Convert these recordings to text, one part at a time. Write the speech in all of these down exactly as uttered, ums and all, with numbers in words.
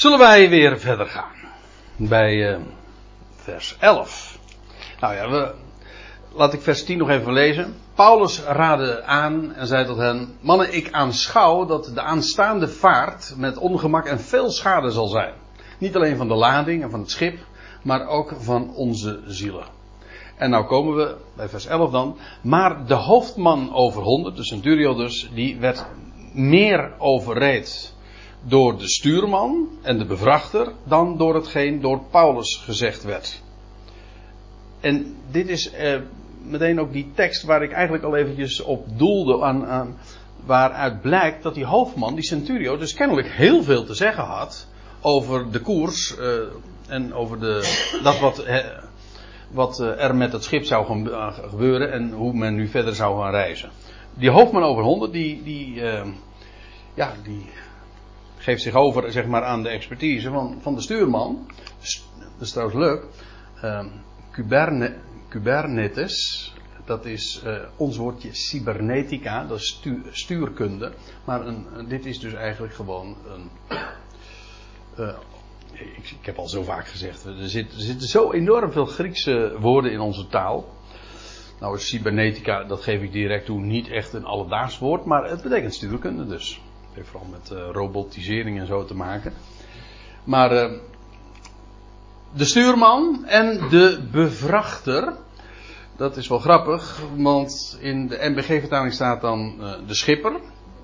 Zullen wij weer verder gaan. Bij uh, vers elf. Nou ja, we, laat ik vers tien nog even lezen. Paulus raadde aan en zei tot hen: mannen, ik aanschouw dat de aanstaande vaart met ongemak en veel schade zal zijn. Niet alleen van de lading en van het schip, maar ook van onze zielen. En nou komen we bij vers elf dan. Maar de hoofdman over honderd, de centurio dus, die werd meer overreed door de stuurman en de bevrachter dan door hetgeen door Paulus gezegd werd. En dit is eh, meteen ook die tekst waar ik eigenlijk al eventjes op doelde, aan, aan, waaruit blijkt dat die hoofdman, die centurio, dus kennelijk heel veel te zeggen had over de koers eh, en over de, dat wat, eh, wat er met het schip zou gaan gebeuren en hoe men nu verder zou gaan reizen. Die hoofdman over honderd, die, die, eh, ja, die geeft zich over, zeg maar, aan de expertise van, van de stuurman. Dat is trouwens leuk. Uh, Kuberne, Kubernetes, dat is uh, ons woordje cybernetica, dat is stu, stuurkunde. Maar een, dit is dus eigenlijk gewoon een... Uh, ik, ik heb al zo vaak gezegd, er, zit, er zitten zo enorm veel Griekse woorden in onze taal. Nou is cybernetica, dat geef ik direct toe, niet echt een alledaags woord, maar het betekent stuurkunde dus. Het heeft vooral met uh, robotisering en zo te maken. Maar uh, de stuurman en de bevrachter, dat is wel grappig, want in de N B G-vertaling staat dan uh, de schipper.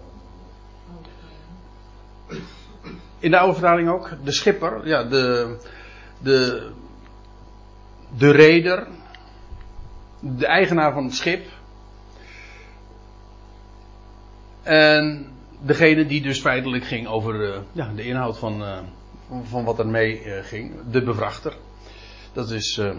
In de oude vertaling ook, de schipper, ja, de, de, de reder, de eigenaar van het schip. En degene die dus feitelijk ging over uh, ja, de inhoud van, uh, van wat er mee uh, ging. De bevrachter. Dat is uh,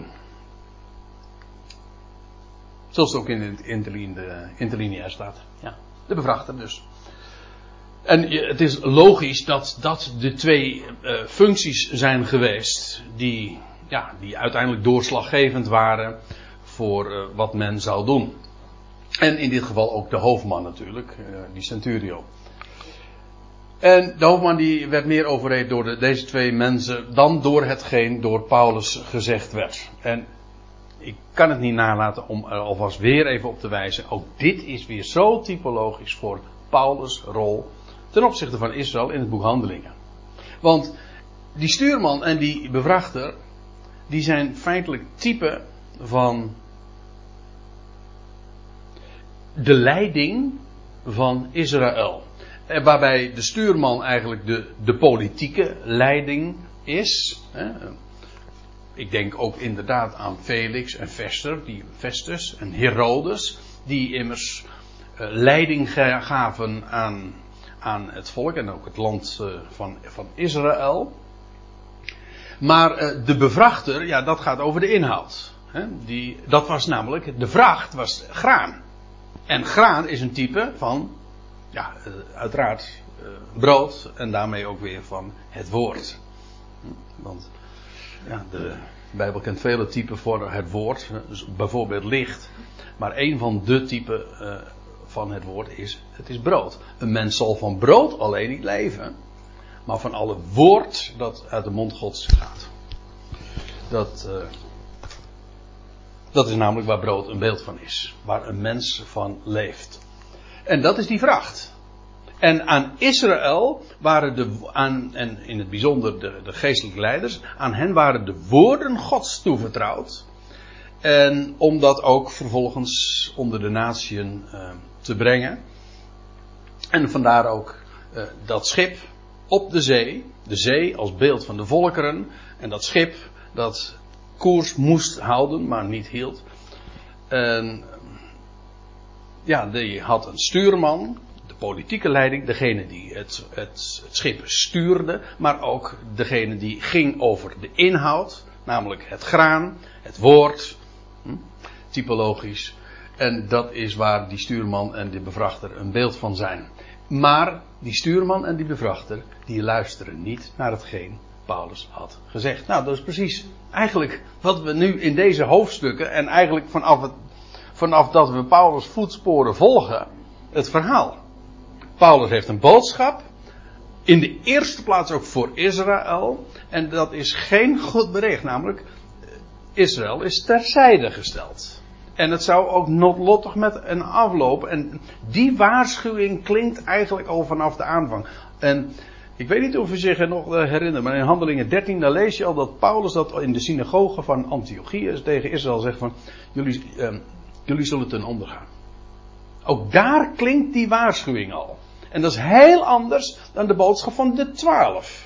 zoals het ook in het interlineair staat. Ja, de bevrachter dus. En uh, het is logisch dat dat de twee uh, functies zijn geweest die, ja, die uiteindelijk doorslaggevend waren voor uh, wat men zou doen. En in dit geval ook de hoofdman natuurlijk, uh, die centurio. En de hoofdman die werd meer overreed door de, deze twee mensen dan door hetgeen door Paulus gezegd werd. En ik kan het niet nalaten om er alvast weer even op te wijzen. Ook dit is weer zo typologisch voor Paulus' rol ten opzichte van Israël in het boek Handelingen. Want die stuurman en die bevrachter, die zijn feitelijk typen van de leiding van Israël. Waarbij de stuurman eigenlijk de, de politieke leiding is. Hè. Ik denk ook inderdaad aan Felix en Vester, die, Festus en Herodes. Die immers uh, leiding gaven aan, aan het volk en ook het land uh, van, van Israël. Maar uh, de bevrachter, ja, dat gaat over de inhoud. Hè. Die, dat was namelijk, de vracht was graan. En graan is een type van... Ja, uiteraard uh, brood en daarmee ook weer van het woord. Want ja, de Bijbel kent vele typen voor het woord. Dus bijvoorbeeld licht. Maar een van de typen uh, van het woord is, het is brood. Een mens zal van brood alleen niet leven. Maar van alle woord dat uit de mond Gods gaat. Dat, uh, dat is namelijk waar brood een beeld van is. Waar een mens van leeft. En dat is die vracht. En aan Israël waren de, aan, en in het bijzonder de, de geestelijke leiders, aan hen waren de woorden Gods toevertrouwd. En om dat ook vervolgens onder de natieën uh, te brengen. En vandaar ook uh, dat schip op de zee. De zee als beeld van de volkeren. En dat schip dat koers moest houden, maar niet hield. En ja, die had een stuurman, de politieke leiding, degene die het, het, het schip stuurde, maar ook degene die ging over de inhoud, namelijk het graan, het woord, hm, typologisch. En dat is waar die stuurman en die bevrachter een beeld van zijn. Maar die stuurman en die bevrachter, die luisteren niet naar hetgeen Paulus had gezegd. Nou, dat is precies eigenlijk wat we nu in deze hoofdstukken en eigenlijk vanaf het Vanaf dat we Paulus' voetsporen volgen, het verhaal. Paulus heeft een boodschap. In de eerste plaats ook voor Israël. En dat is geen goed bericht. Namelijk, Israël is terzijde gesteld. En het zou ook noodlottig met een afloop. En die waarschuwing klinkt eigenlijk al vanaf de aanvang. En ik weet niet of u zich er nog herinnert. Maar in Handelingen dertien daar lees je al dat Paulus dat in de synagoge van Antiochië tegen Israël zegt van. Jullie, eh, jullie zullen ten onder gaan. Ook daar klinkt die waarschuwing al. En dat is heel anders dan de boodschap van de twaalf.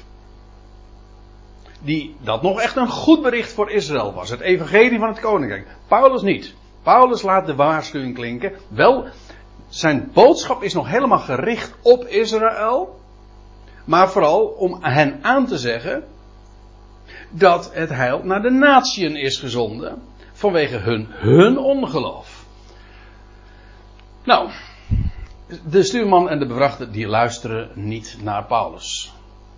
Die, dat nog echt een goed bericht voor Israël was. Het evangelie van het koninkrijk. Paulus niet. Paulus laat de waarschuwing klinken. Wel, zijn boodschap is nog helemaal gericht op Israël. Maar vooral om hen aan te zeggen dat het heil naar de natieën is gezonden. Vanwege hun, hun ongeloof. Nou, de stuurman en de bevrachter die luisteren niet naar Paulus.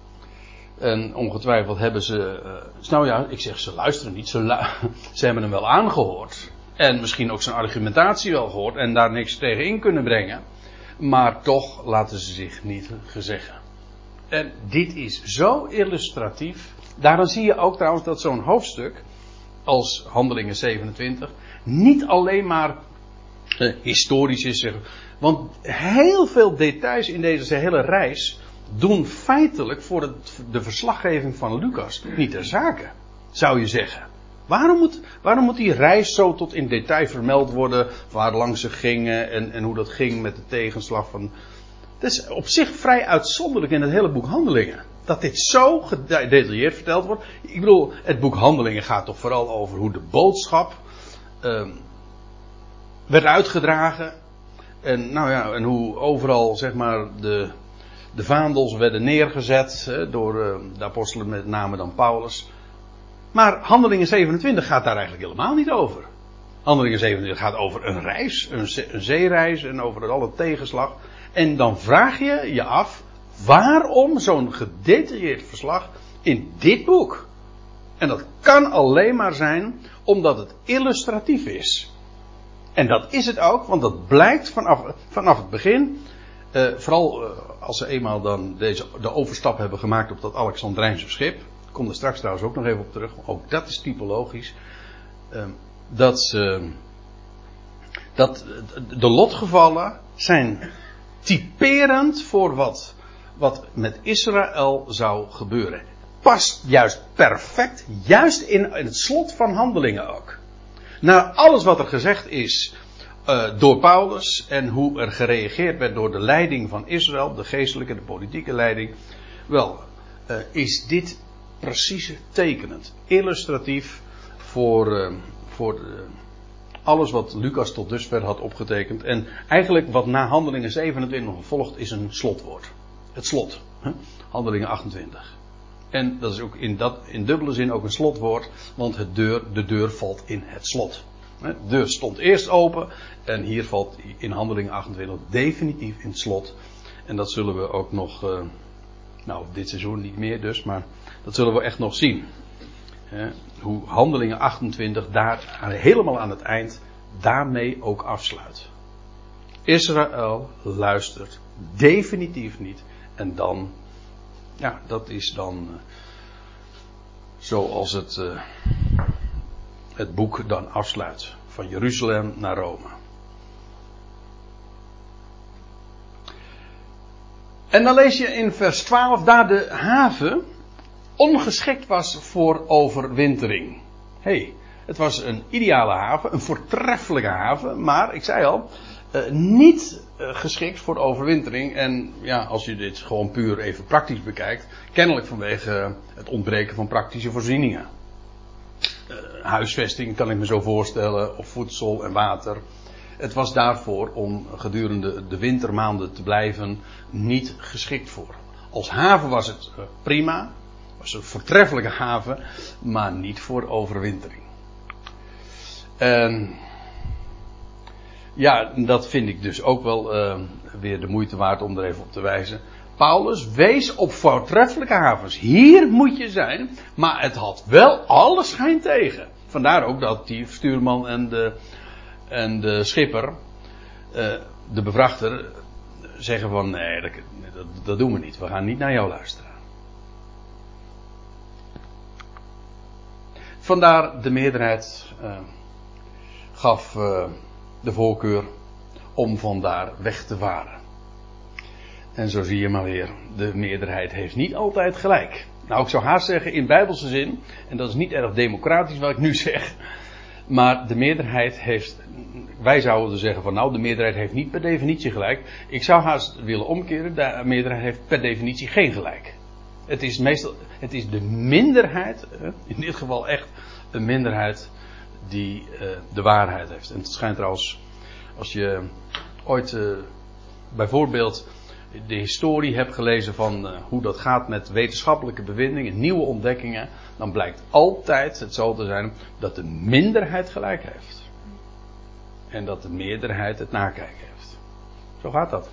En ongetwijfeld hebben ze, uh, nou ja, ik zeg ze luisteren niet, ze, lu- ze hebben hem wel aangehoord. En misschien ook zijn argumentatie wel gehoord en daar niks tegen in kunnen brengen. Maar toch laten ze zich niet gezeggen. En dit is zo illustratief. Daarom zie je ook trouwens dat zo'n hoofdstuk als Handelingen zevenentwintig niet alleen maar uh, historisch is. Zeg, want heel veel details in deze hele reis doen feitelijk voor het, de verslaggeving van Lucas niet ter zake, zou je zeggen. Waarom moet, waarom moet die reis zo tot in detail vermeld worden, waar langs ze gingen en, en hoe dat ging met de tegenslag van. Het is op zich vrij uitzonderlijk in het hele boek Handelingen. Dat dit zo gedetailleerd verteld wordt. Ik bedoel, het boek Handelingen gaat toch vooral over hoe de boodschap uh, werd uitgedragen. En nou ja, en hoe overal zeg maar de, de vaandels werden neergezet hè, door uh, de apostelen, met name dan Paulus. Maar Handelingen zevenentwintig gaat daar eigenlijk helemaal niet over. Handelingen zevenentwintig gaat over een reis, een, ze- een zeereis en over alle tegenslag. En dan vraag je je af, waarom zo'n gedetailleerd verslag in dit boek? En dat kan alleen maar zijn omdat het illustratief is. En dat is het ook, want dat blijkt vanaf, vanaf het begin. Uh, vooral uh, als ze eenmaal dan deze, de overstap hebben gemaakt op dat Alexandrijnse schip. Ik kom er straks trouwens ook nog even op terug. Ook dat is typologisch. Uh, dat, ze, dat de lotgevallen zijn typerend voor wat, wat met Israël zou gebeuren. Past juist perfect, juist in, in het slot van Handelingen ook. Na alles wat er gezegd is uh, door Paulus en hoe er gereageerd werd door de leiding van Israël, de geestelijke, de politieke leiding, wel, uh, is dit precies tekenend, illustratief voor, uh, voor de, alles wat Lucas tot dusver had opgetekend. En eigenlijk wat na Handelingen zevenentwintig nog volgt is een slotwoord. Het slot. Hè? Handelingen achtentwintig. En dat is ook in, dat, in dubbele zin ook een slotwoord. Want het deur, de deur valt in het slot. De deur stond eerst open. En hier valt in Handelingen achtentwintig definitief in het slot. En dat zullen we ook nog. Uh, nou, dit seizoen niet meer dus. Maar dat zullen we echt nog zien. He, hoe Handelingen achtentwintig daar helemaal aan het eind daarmee ook afsluit. Israël luistert definitief niet. En dan, ja, dat is dan uh, zoals het, uh, het boek dan afsluit. Van Jeruzalem naar Rome. En dan lees je in vers twaalf daar de haven ongeschikt was voor overwintering. Hé, hey, het was een ideale haven, een voortreffelijke haven, maar ik zei al, uh, niet uh, geschikt voor overwintering. En ja, als je dit gewoon puur even praktisch bekijkt, kennelijk vanwege uh, het ontbreken van praktische voorzieningen. Uh, huisvesting kan ik me zo voorstellen, of voedsel en water. Het was daarvoor om gedurende de wintermaanden te blijven niet geschikt voor. Als haven was het uh, prima. Het was een voortreffelijke haven, maar niet voor overwintering. En ja, dat vind ik dus ook wel uh, weer de moeite waard om er even op te wijzen. Paulus wees op voortreffelijke havens. Hier moet je zijn, maar het had wel alle schijn tegen. Vandaar ook dat die stuurman en de, en de schipper, uh, de bevrachter, zeggen van nee, dat, dat, dat doen we niet. We gaan niet naar jou luisteren. Vandaar de meerderheid uh, gaf uh, de voorkeur om vandaar weg te varen. En zo zie je maar weer, de meerderheid heeft niet altijd gelijk. Nou, ik zou haast zeggen in bijbelse zin, en dat is niet erg democratisch wat ik nu zeg, maar de meerderheid heeft, wij zouden zeggen van nou, de meerderheid heeft niet per definitie gelijk. Ik zou haast willen omkeren, de meerderheid heeft per definitie geen gelijk. Het is meestal, het is de minderheid, in dit geval echt een minderheid, die uh, de waarheid heeft. En het schijnt trouwens, als je ooit uh, bijvoorbeeld de historie hebt gelezen van uh, hoe dat gaat met wetenschappelijke bevindingen, nieuwe ontdekkingen, dan blijkt altijd het zo te zijn dat de minderheid gelijk heeft. En dat de meerderheid het nakijken heeft. Zo gaat dat.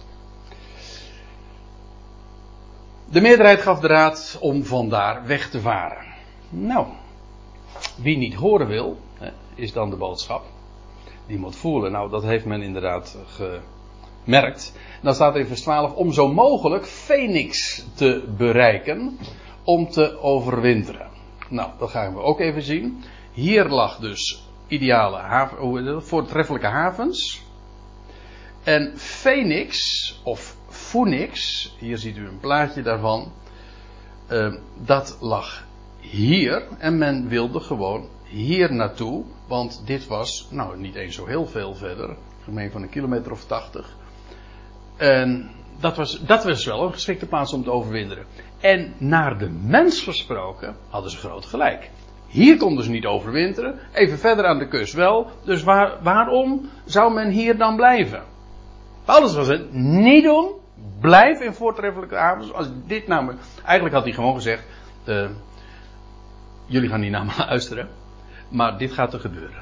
De meerderheid gaf de raad om vandaar weg te varen. Nou, wie niet horen wil, hè, is dan de boodschap. Die moet voelen. Nou, dat heeft men inderdaad gemerkt. Dan staat er in vers twaalf, om zo mogelijk Phoenix te bereiken, om te overwinteren. Nou, dat gaan we ook even zien. Hier lag dus ideale haven, hoe heet dat, voortreffelijke havens. En Phoenix, of Phoenix, hier ziet u een plaatje daarvan, uh, dat lag hier en men wilde gewoon hier naartoe, want dit was, nou niet eens zo heel veel verder, gemeen van een kilometer of tachtig. En dat was, dat was wel een geschikte plaats om te overwinteren. En naar de mens gesproken hadden ze groot gelijk. Hier konden ze niet overwinteren, even verder aan de kust wel, dus waar, waarom zou men hier dan blijven? Paulus was het niet doen, blijf in voortreffelijke havens. Als dit nou, eigenlijk had hij gewoon gezegd, uh, jullie gaan niet naar me luisteren, maar dit gaat er gebeuren.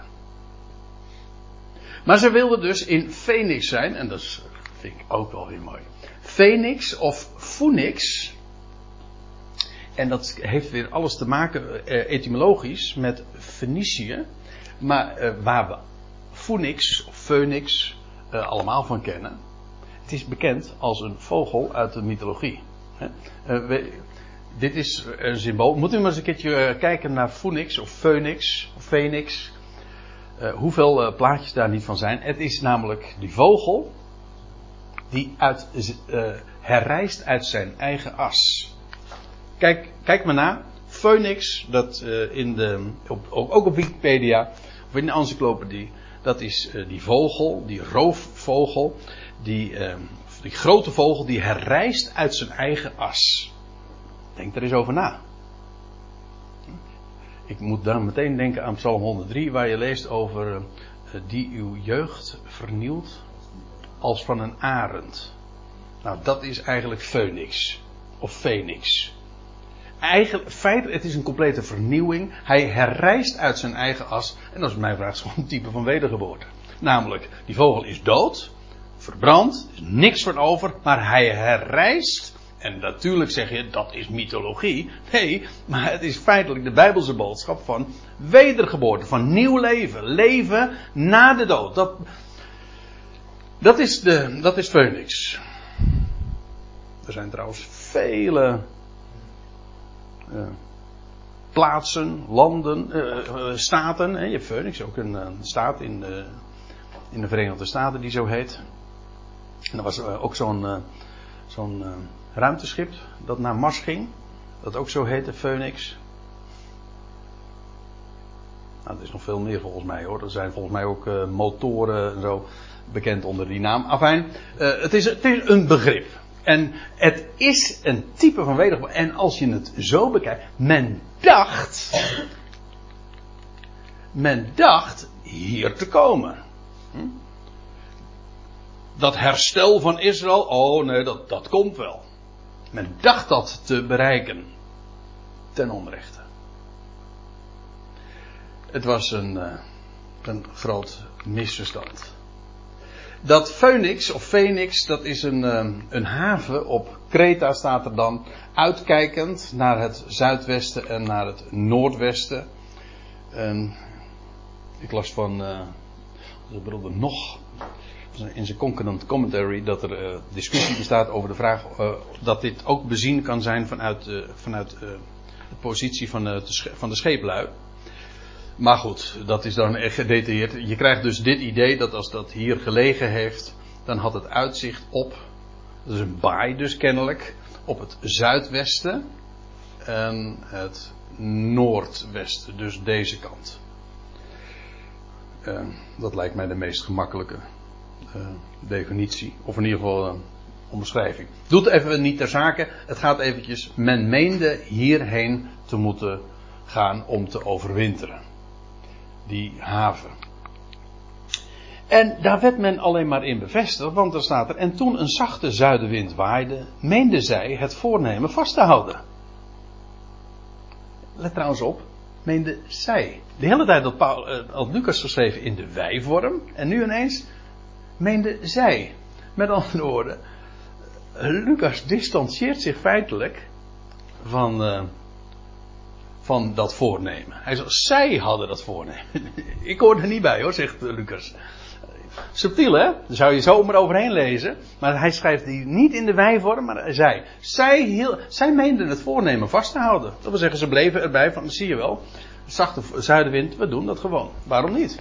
Maar ze wilden dus in Phoenix zijn, en dat is, vind ik ook wel weer mooi. Phoenix of Phoenix, en dat heeft weer alles te maken uh, etymologisch met Fenicië, maar uh, waar we Phoenix of Phoenix uh, allemaal van kennen. Het is bekend als een vogel uit de mythologie. Hè? Uh, we, dit is een symbool. Moet u maar eens een keertje uh, kijken naar Phoenix of Phoenix of Phoenix. Uh, hoeveel uh, plaatjes daar niet van zijn. Het is namelijk die vogel die uit, uh, herrijst uit zijn eigen as. Kijk, kijk maar na. Phoenix, dat uh, in de, op, ook op Wikipedia of in de encyclopedie. Dat is uh, die vogel, die roofvogel, die, uh, die grote vogel die herrijst uit zijn eigen as. Denk er eens over na. Ik moet dan meteen denken aan Psalm honderddrie, waar je leest over uh, die uw jeugd vernieuwt als van een arend. Nou, dat is eigenlijk Phoenix of Phoenix. Eigenlijk, feitelijk, het is een complete vernieuwing. Hij herrijst uit zijn eigen as. En dat is mijn vraag, is gewoon een type van wedergeboorte. Namelijk, die vogel is dood, verbrand, er is niks van over, maar hij herrijst. En natuurlijk zeg je, dat is mythologie. Nee, maar het is feitelijk de Bijbelse boodschap van wedergeboorte, van nieuw leven. Leven na de dood. Dat, dat is de, dat is Phoenix. Er zijn trouwens vele uh, plaatsen, landen, uh, uh, staten. Hè? Je hebt Phoenix, ook een uh, staat in de, in de Verenigde Staten die zo heet. En er was uh, ook zo'n, uh, zo'n uh, ruimteschip dat naar Mars ging. Dat ook zo heette, Phoenix. Nou, er is nog veel meer volgens mij hoor. Er zijn volgens mij ook uh, motoren en zo bekend onder die naam. Afijn, uh, het, is, het is een begrip. En het is een type van wedergeboorte. En als je het zo bekijkt, men dacht, men dacht hier te komen. Hm? Dat herstel van Israël, oh nee, dat, dat komt wel. Men dacht dat te bereiken. Ten onrechte. Het was een, uh, een groot misverstand. Dat Phoenix of Phoenix, dat is een, uh, een haven op Kreta staat er dan. Uitkijkend naar het zuidwesten en naar het noordwesten. En ik las van uh, onze broeder nog. in zijn concurrent commentary dat er uh, discussie bestaat over de vraag uh, dat dit ook bezien kan zijn vanuit, uh, vanuit uh, de positie van, uh, de, van de scheeplui. Maar goed, dat is dan echt gedetailleerd. Je krijgt dus dit idee dat als dat hier gelegen heeft, dan had het uitzicht op, dat is een baai dus kennelijk, op het zuidwesten en het noordwesten, dus deze kant. Uh, dat lijkt mij de meest gemakkelijke uh, definitie, of in ieder geval uh, omschrijving. Doet even niet ter zake, het gaat eventjes, men meende hierheen te moeten gaan om te overwinteren. Die haven. En daar werd men alleen maar in bevestigd, want er staat er, en toen een zachte zuidenwind waaide, meende zij het voornemen vast te houden. Let trouwens op, meende zij. De hele tijd had, Paul, uh, had Lucas geschreven in de wij-vorm, en nu ineens meende zij. Met andere woorden, Lucas distancieert zich feitelijk van, uh, van dat voornemen. Hij zegt, zij hadden dat voornemen. Ik hoor er niet bij hoor, zegt Lucas. Subtiel hè, daar zou je zomaar overheen lezen. Maar hij schrijft die niet in de wij-vorm, maar zij. Zij, heel, zij meenden het voornemen vast te houden. Dat wil zeggen, ze bleven erbij van, zie je wel, zachte zuidenwind, we doen dat gewoon. Waarom niet?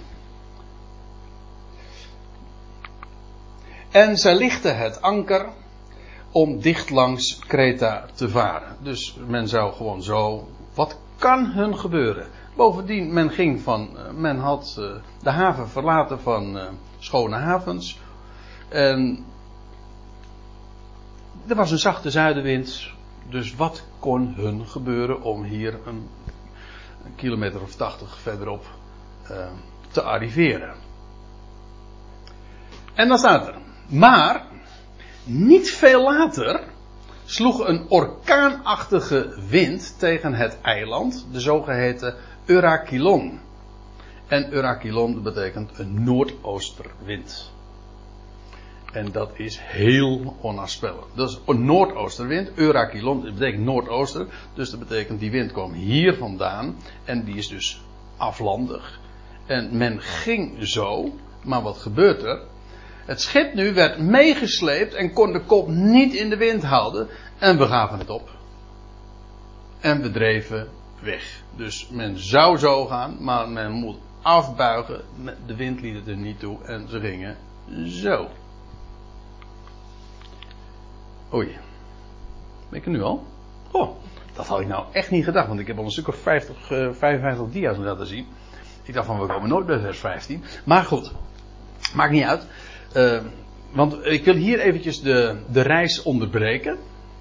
En zij lichten het anker om dicht langs Kreta te varen. Dus men zou gewoon zo, wat kan hun gebeuren? Bovendien, men ging van, men had uh, de haven verlaten van uh, schone havens. En er was een zachte zuidenwind. Dus wat kon hun gebeuren om hier een, een kilometer of tachtig verderop uh, te arriveren? En dan staat er. Maar, niet veel later sloeg een orkaanachtige wind tegen het eiland, de zogeheten Eurachylon. En Eurachylon betekent een noordoosterwind. En dat is heel onnaspellend. Dus een noordoosterwind, Eurachylon, dat betekent noordooster. Dus dat betekent die wind kwam hier vandaan. En die is dus aflandig. En men ging zo. Maar wat gebeurt er? Het schip nu werd meegesleept en kon de kop niet in de wind houden. En we gaven het op. En we dreven weg. Dus men zou zo gaan, maar men moet afbuigen. De wind liet het er niet toe en ze gingen zo. Oei. Ben ik er nu al? Oh, dat had ik nou echt niet gedacht, want ik heb al een stuk of vijftig, uh, vijfenvijftig dia's laten zien. Ik dacht van, we komen nooit bij vers vijftien. Maar goed, maakt niet uit. Uh, want ik wil hier eventjes de, de reis onderbreken.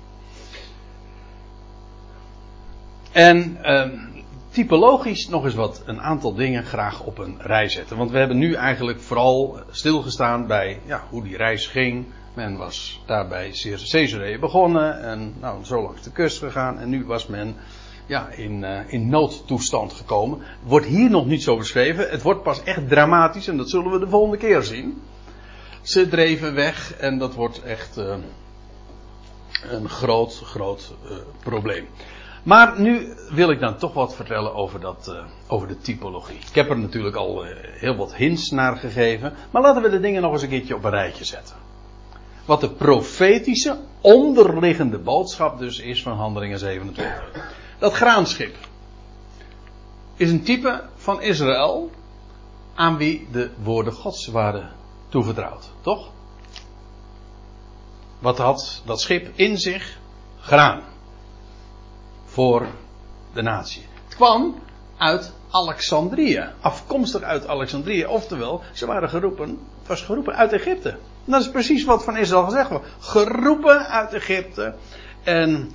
En uh, typologisch nog eens wat een aantal dingen graag op een rij zetten. Want we hebben nu eigenlijk vooral stilgestaan bij ja, hoe die reis ging. Men was daarbij Caesarea begonnen en nou, zo langs de kust gegaan. En nu was men ja, in, uh, in noodtoestand gekomen. Wordt hier nog niet zo beschreven. Het wordt pas echt dramatisch en dat zullen we de volgende keer zien. Ze dreven weg en dat wordt echt uh, een groot, groot uh, probleem. Maar nu wil ik dan toch wat vertellen over, dat, uh, over de typologie. Ik heb er natuurlijk al uh, heel wat hints naar gegeven. Maar laten we de dingen nog eens een keertje op een rijtje zetten. Wat de profetische, onderliggende boodschap dus is van Handelingen zevenentwintig. Dat graanschip is een type van Israël aan wie de woorden Gods waren toevertrouwd. Toch? Wat had dat schip in zich? Graan. Voor de natie. Het kwam uit Alexandrië. Afkomstig uit Alexandrië. Oftewel, ze waren geroepen. Het was geroepen uit Egypte. En dat is precies wat van Israël gezegd wordt. Geroepen uit Egypte. En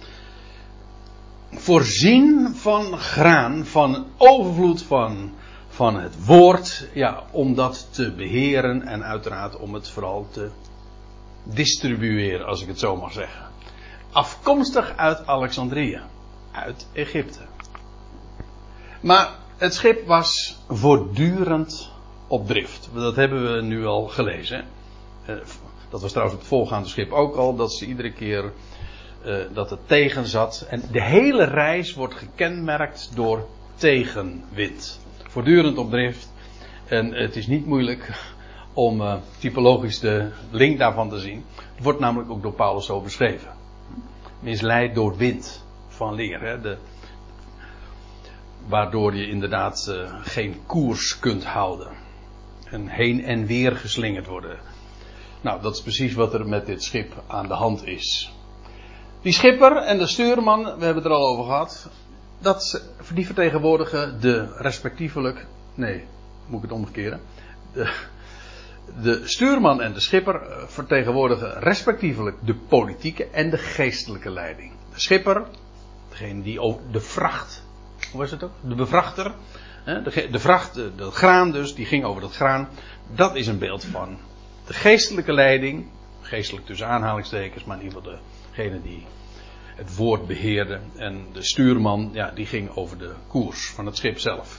voorzien van graan. Van overvloed van, van het woord. Ja, om dat te beheren. En uiteraard om het vooral te distribueren. Als ik het zo mag zeggen. Afkomstig uit Alexandrië. Uit Egypte. Maar het schip was voortdurend op drift. Dat hebben we nu al gelezen. Dat was trouwens op het voorgaande schip ook al. Dat ze iedere keer uh, dat het tegen zat. En de hele reis wordt gekenmerkt door tegenwind. Voortdurend op drift. En het is niet moeilijk om uh, typologisch de link daarvan te zien. Het wordt namelijk ook door Paulus zo beschreven. Misleid door wind van leer. Hè? De, waardoor je inderdaad uh, geen koers kunt houden. En heen en weer geslingerd worden. Nou, dat is precies wat er met dit schip aan de hand is. Die schipper en de stuurman, we hebben het er al over gehad. Dat, die vertegenwoordigen de respectievelijk... Nee, moet ik het omkeren. De, de stuurman en de schipper vertegenwoordigen respectievelijk de politieke en de geestelijke leiding. De schipper, degene die over de vracht... Hoe was het ook? De bevrachter. De, de vracht, de, de graan dus, die ging over dat graan. Dat is een beeld van de geestelijke leiding. Geestelijk tussen aanhalingstekens, maar in ieder geval degene die het woord beheerde. En de stuurman, ja, die ging over de koers van het schip zelf.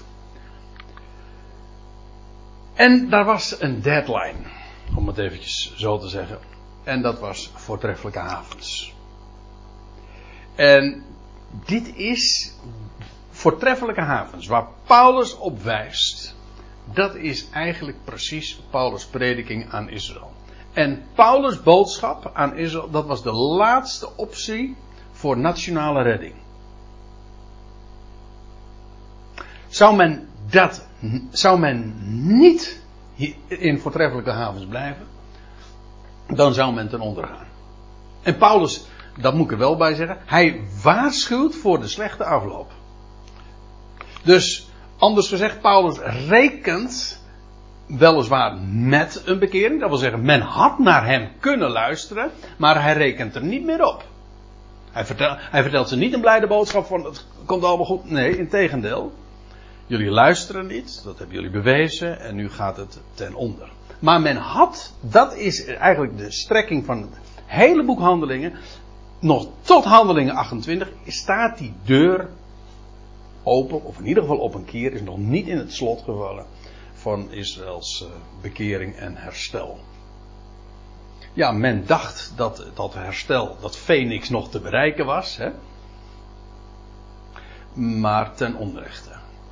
En daar was een deadline, om het eventjes zo te zeggen. En dat was voortreffelijke havens. En dit is voortreffelijke havens, waar Paulus op wijst. Dat is eigenlijk precies Paulus' prediking aan Israël. En Paulus' boodschap aan Israël, dat was de laatste optie voor nationale redding. Zou men dat, zou men niet in voortreffelijke havens blijven, dan zou men ten onder gaan. En Paulus, dat moet ik er wel bij zeggen, hij waarschuwt voor de slechte afloop. Dus, anders gezegd, Paulus rekent weliswaar met een bekering. Dat wil zeggen, men had naar hem kunnen luisteren, maar hij rekent er niet meer op. Hij vertelt, hij vertelt ze niet een blijde boodschap van het komt allemaal goed. Nee, integendeel. Jullie luisteren niet, dat hebben jullie bewezen en nu gaat het ten onder. Maar men had, dat is eigenlijk de strekking van het hele boek Handelingen, nog tot Handelingen achtentwintig staat die deur open, of in ieder geval op een keer, is nog niet in het slot gevallen van Israëls uh, bekering en herstel. Ja, men dacht dat dat herstel, dat Phoenix nog te bereiken was, hè? Maar ten onrechte.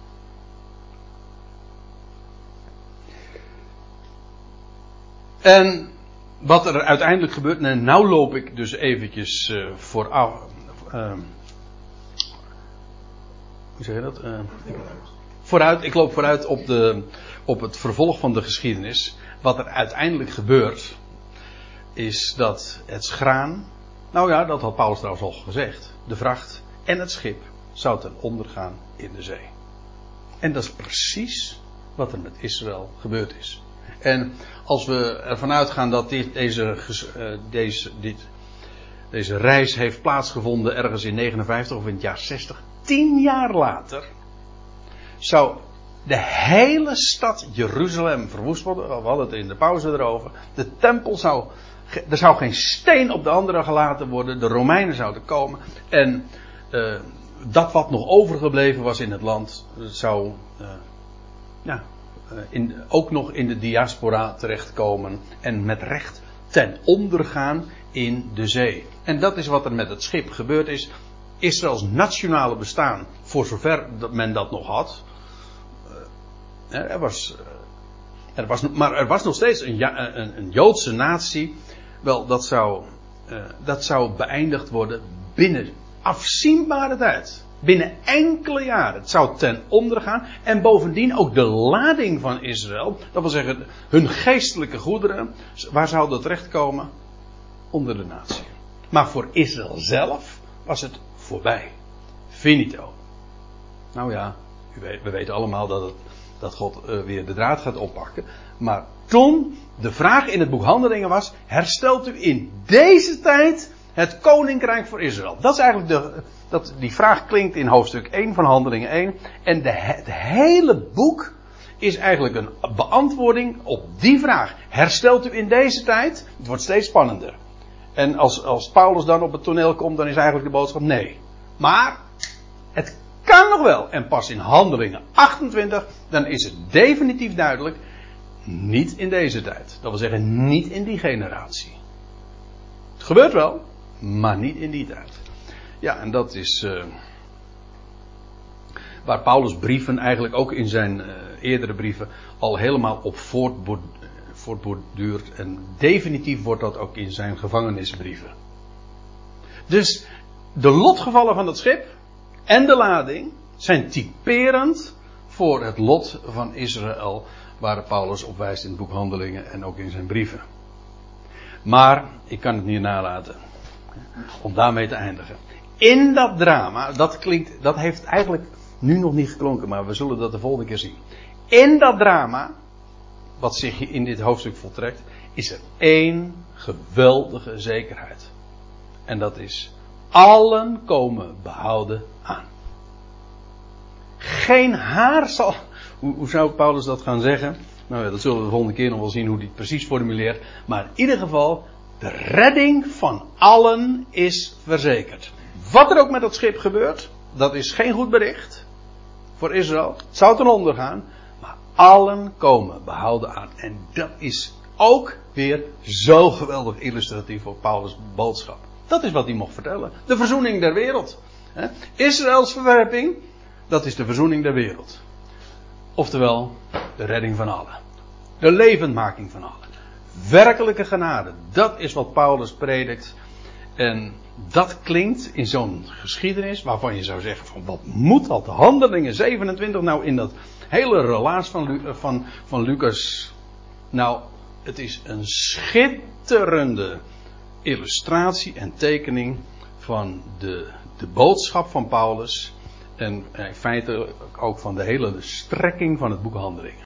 En wat er uiteindelijk gebeurt, en nou loop ik dus eventjes uh, vooraf. Uh, hoe zeg je dat? Uh, ik, vooruit, ik loop vooruit op, de, op het vervolg van de geschiedenis. Wat er uiteindelijk gebeurt, is dat het graan, nou ja, dat had Paulus trouwens al gezegd, de vracht en het schip zou ten onder gaan in de zee. En dat is precies wat er met Israël gebeurd is. En als we ervan uitgaan dat dit, deze, uh, deze, dit, deze reis heeft plaatsgevonden ergens in negenenvijftig of in het jaar zestig, tien jaar later, zou de hele stad Jeruzalem verwoest worden. We hadden het in de pauze erover. De tempel zou, er zou geen steen op de andere gelaten worden. De Romeinen zouden komen. En uh, dat wat nog overgebleven was in het land, zou uh, ja, uh, in, ook nog in de diaspora terechtkomen. En met recht ten onder gaan in de zee. En dat is wat er met het schip gebeurd is. Israëls nationale bestaan, voor zover dat men dat nog had. Er was, er was, maar er was nog steeds een, een, een Joodse natie. Wel, dat zou, uh, dat zou beëindigd worden binnen afzienbare tijd. Binnen enkele jaren. Het zou ten onder gaan. En bovendien ook de lading van Israël. Dat wil zeggen, hun geestelijke goederen. Waar zou dat terechtkomen? Onder de natie. Maar voor Israël zelf was het voorbij. Finito. Nou ja, we weten allemaal dat het dat God uh, weer de draad gaat oppakken. Maar toen de vraag in het boek Handelingen was, herstelt u in deze tijd het koninkrijk voor Israël? Dat is eigenlijk de, dat, die vraag klinkt in hoofdstuk één van Handelingen één. En de, het hele boek is eigenlijk een beantwoording op die vraag. Herstelt u in deze tijd? Het wordt steeds spannender. En als, als Paulus dan op het toneel komt, dan is eigenlijk de boodschap nee. Maar het kan nog wel. En pas in Handelingen achtentwintig, dan is het definitief duidelijk, niet in deze tijd. Dat wil zeggen, niet in die generatie. Het gebeurt wel, maar niet in die tijd. Ja, en dat is uh, waar Paulus' brieven eigenlijk ook in zijn uh, eerdere brieven al helemaal op voortborduren. voortborduurt. En definitief wordt dat ook in zijn gevangenisbrieven. Dus de lotgevallen van het schip en de lading zijn typerend voor het lot van Israël, waar Paulus op wijst in het boek Handelingen en ook in zijn brieven. Maar ik kan het niet nalaten om daarmee te eindigen. In dat drama, dat klinkt, dat heeft eigenlijk nu nog niet geklonken, maar we zullen dat de volgende keer zien. In dat drama, wat zich in dit hoofdstuk voltrekt, is er één geweldige zekerheid. En dat is, allen komen behouden aan. Geen haar zal... Hoe, hoe zou Paulus dat gaan zeggen? Nou ja, dat zullen we de volgende keer nog wel zien hoe hij het precies formuleert. Maar in ieder geval, de redding van allen is verzekerd. Wat er ook met dat schip gebeurt, dat is geen goed bericht voor Israël. Het zou ten onder gaan, maar allen komen behouden aan. En dat is ook weer zo geweldig illustratief voor Paulus' boodschap. Dat is wat hij mocht vertellen. De verzoening der wereld. Israëls verwerping, dat is de verzoening der wereld. Oftewel, de redding van allen. De levendmaking van allen. Werkelijke genade. Dat is wat Paulus predikt. En dat klinkt in zo'n geschiedenis waarvan je zou zeggen van wat moet dat? Handelingen zevenentwintig nou in dat hele relaas van, van, van Lucas. Nou, het is een schitterende illustratie en tekening van de, de boodschap van Paulus. En in feite ook van de hele strekking van het boek Handelingen.